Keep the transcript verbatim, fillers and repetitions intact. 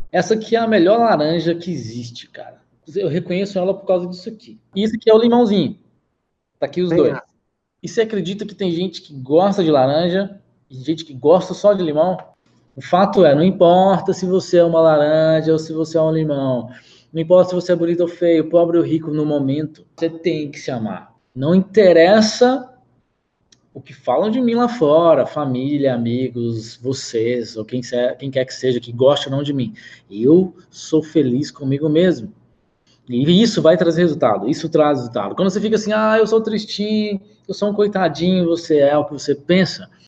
Essa aqui é a melhor laranja que existe, cara. Eu reconheço ela por causa disso aqui. E isso aqui é o limãozinho. Tá aqui os Bem, dois. E você acredita que tem gente que gosta de laranja e gente que gosta só de limão? O fato é, não importa se você é uma laranja ou se você é um limão, não importa se você é bonito ou feio, pobre ou rico no momento, você tem que se amar. Não interessa o que falam de mim lá fora, família, amigos, vocês, ou quem, quem quer que seja, que gosta ou não de mim. Eu sou feliz comigo mesmo. E isso vai trazer resultado, isso traz resultado. Quando você fica assim, ah, eu sou tristinho, eu sou um coitadinho, você é o que você pensa,